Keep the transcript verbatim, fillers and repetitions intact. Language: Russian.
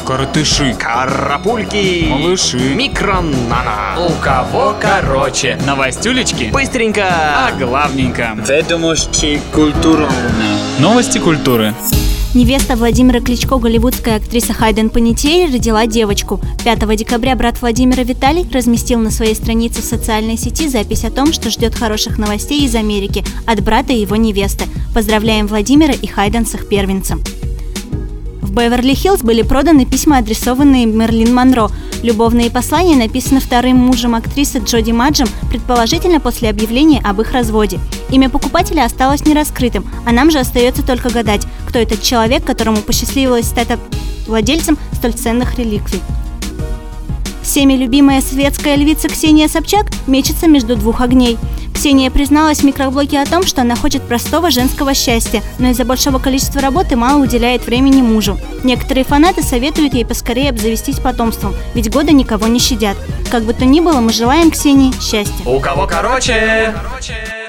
коротыши, карапульки, малыши, микронана. У кого короче. новостюлечки, Быстренько. а главненько. Ведомости культуры. Новости культуры. Невеста Владимира Кличко, голливудская актриса Хайден Панетиери, родила девочку. пятого декабря брат Владимира Виталий разместил на своей странице в социальной сети запись о том, что ждет хороших новостей из Америки от брата и его невесты. Поздравляем Владимира и Хайден с их первенцем. В Беверли-Хиллз были проданы письма, адресованные Мерлин Монро. Любовные послания написаны вторым мужем актрисы Джоди Маджем, предположительно после объявления об их разводе. Имя покупателя осталось нераскрытым, а нам же остается только гадать, кто этот человек, которому посчастливилось стать владельцем столь ценных реликвий. Всеми любимая светская львица Ксения Собчак мечется между двух огней. Ксения призналась в микроблоге о том, что она хочет простого женского счастья, но из-за большого количества работы мало уделяет времени мужу. Некоторые фанаты советуют ей поскорее обзавестись потомством, ведь годы никого не щадят. Как бы то ни было, мы желаем Ксении счастья. У кого короче.